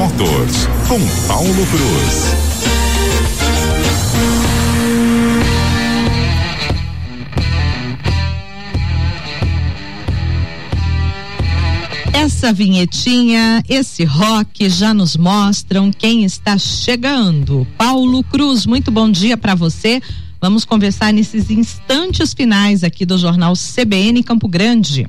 Motors, com Paulo Cruz. Essa vinhetinha, esse rock já nos mostram quem está chegando. Paulo Cruz, muito bom dia para você. Vamos conversar nesses instantes finais aqui do Jornal CBN Campo Grande.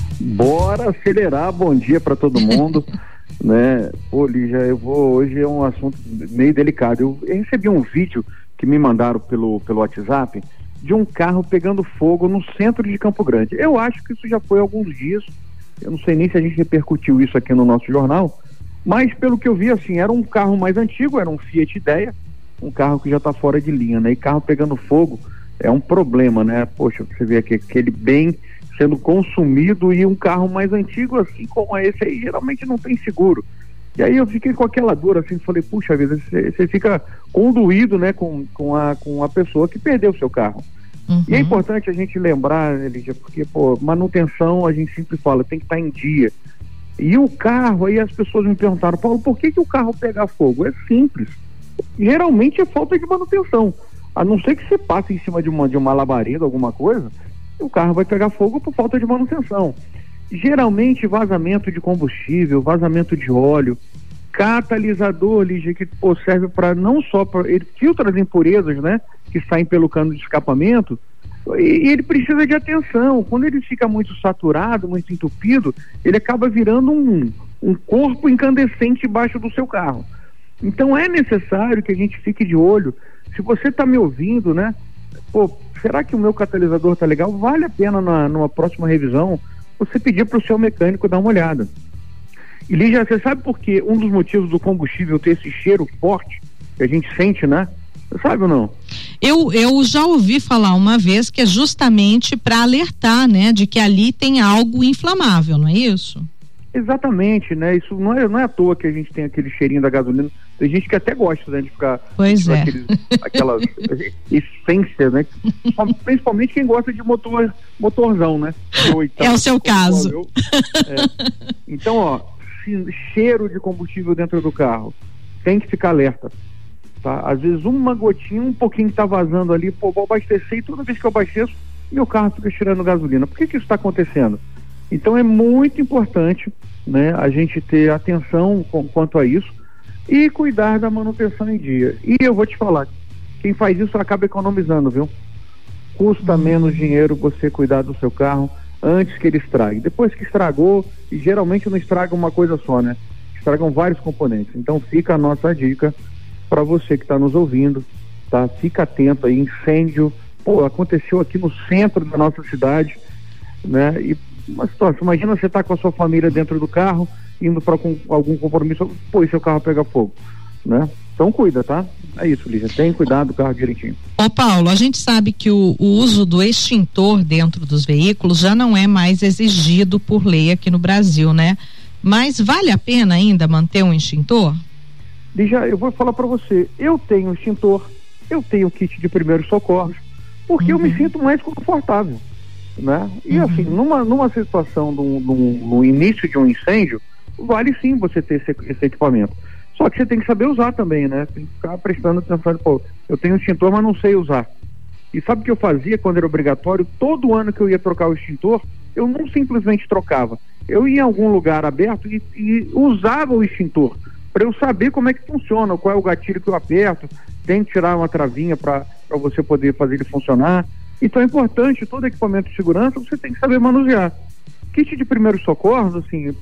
Bora acelerar, bom dia para todo mundo. Né? Pô, Lígia, hoje é um assunto meio delicado. Eu recebi um vídeo que me mandaram pelo WhatsApp de um carro pegando fogo no centro de Campo Grande. Eu acho que isso já foi há alguns dias. Eu não sei nem se a gente repercutiu isso aqui no nosso jornal, mas pelo que eu vi, assim, era um carro mais antigo, era um Fiat Idea, um carro que já está fora de linha, né? E carro pegando fogo é um problema, né? Poxa, você vê aqui aquele bem sendo consumido e um carro mais antigo, assim como esse aí, geralmente não tem seguro. E aí eu fiquei com aquela dor, assim, falei, puxa vida, você fica conduído, né, com a pessoa que perdeu o seu carro. Uhum. E é importante a gente lembrar, Lígia, porque, manutenção, a gente sempre fala, tem que estar em dia. E o carro, aí as pessoas me perguntaram, Paulo, por que o carro pega fogo? É simples. Geralmente é falta de manutenção. A não ser que você passe em cima de uma labareda, alguma coisa, o carro vai pegar fogo por falta de manutenção. Geralmente vazamento de combustível, vazamento de óleo, catalisador, Lígia, que serve para não só para ele filtra as impurezas, né, que saem pelo cano de escapamento, e ele precisa de atenção. Quando ele fica muito saturado, muito entupido, ele acaba virando um corpo incandescente embaixo do seu carro. Então é necessário que a gente fique de olho. Se você está me ouvindo, né, será que o meu catalisador tá legal? Vale a pena numa próxima revisão você pedir para o seu mecânico dar uma olhada. E Lígia, você sabe por que um dos motivos do combustível ter esse cheiro forte que a gente sente, né? Você sabe ou não? Eu já ouvi falar uma vez que é justamente para alertar, né, de que ali tem algo inflamável, não é isso? Exatamente, né? Isso não é à toa que a gente tem aquele cheirinho da gasolina. Tem gente que até gosta, né, de ficar... Pois é. Aquelas essências, né? Principalmente quem gosta de motorzão, né? É o seu caso. Então, cheiro de combustível dentro do carro, tem que ficar alerta, tá? Às vezes uma gotinha, um pouquinho que tá vazando ali, vou abastecer, e toda vez que eu abasteço, meu carro fica cheirando gasolina. Por que isso está acontecendo? Então é muito importante, né, a gente ter atenção quanto a isso e cuidar da manutenção em dia. E eu vou te falar, quem faz isso acaba economizando, viu? Custa menos dinheiro você cuidar do seu carro antes que ele estrague. Depois que estragou, e geralmente não estraga uma coisa só, né? Estragam vários componentes. Então fica a nossa dica para você que está nos ouvindo, tá? Fica atento aí, incêndio, aconteceu aqui no centro da nossa cidade, né? E uma situação, imagina você tá com a sua família dentro do carro, indo para algum compromisso, e seu carro pega fogo, né? Então cuida, tá? É isso, Lígia, tem cuidado do carro direitinho. Paulo, a gente sabe que o uso do extintor dentro dos veículos já não é mais exigido por lei aqui no Brasil, né? Mas vale a pena ainda manter um extintor? Lígia, eu vou falar para você, eu tenho extintor, eu tenho kit de primeiros socorros, porque eu me sinto mais confortável, né? E assim, numa situação no início de um incêndio, vale sim você ter esse equipamento. Só que você tem que saber usar também, né? Tem que ficar prestando atenção, eu tenho extintor, mas não sei usar. E sabe o que eu fazia quando era obrigatório? Todo ano que eu ia trocar o extintor, eu não simplesmente trocava. Eu ia em algum lugar aberto e usava o extintor, para eu saber como é que funciona, qual é o gatilho que eu aperto, tem que tirar uma travinha para você poder fazer ele funcionar. Então é importante, todo equipamento de segurança você tem que saber manusear. Kit de primeiros socorros, assim,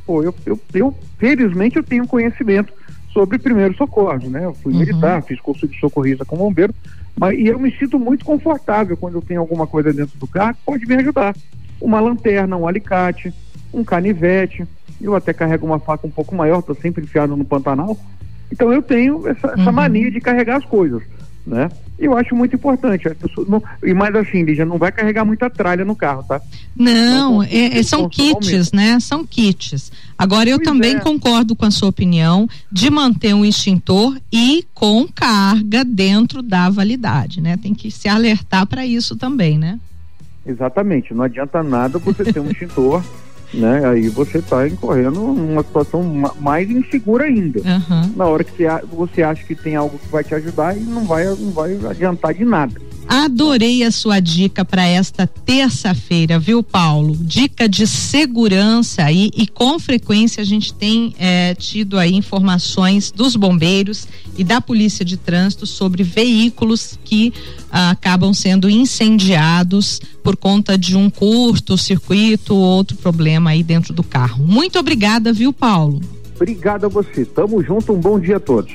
eu felizmente eu tenho conhecimento sobre primeiros socorros, né? Eu fui militar, fiz curso de socorrista com bombeiro, e eu me sinto muito confortável quando eu tenho alguma coisa dentro do carro que pode me ajudar. Uma lanterna, um alicate, um canivete, eu até carrego uma faca um pouco maior, estou sempre enfiado no Pantanal, então eu tenho essa mania de carregar as coisas, né? Eu acho muito importante. Mas assim, Lígia, não vai carregar muita tralha no carro, tá? Não, são kits, né? São kits. Agora eu também concordo com a sua opinião de manter um extintor e com carga dentro da validade, né? Tem que se alertar para isso também, né? Exatamente, não adianta nada você ter um extintor né? Aí você está incorrendo numa situação mais insegura ainda. Na hora que você acha que tem algo que vai te ajudar e não vai adiantar de nada. Adorei a sua dica para esta terça-feira, viu, Paulo? Dica de segurança aí, e com frequência a gente tem tido aí informações dos bombeiros e da polícia de trânsito sobre veículos que acabam sendo incendiados por conta de um curto-circuito ou outro problema aí dentro do carro. Muito obrigada, viu, Paulo? Obrigado a você. Tamo junto, um bom dia a todos.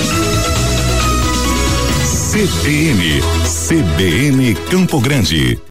CBN Campo Grande.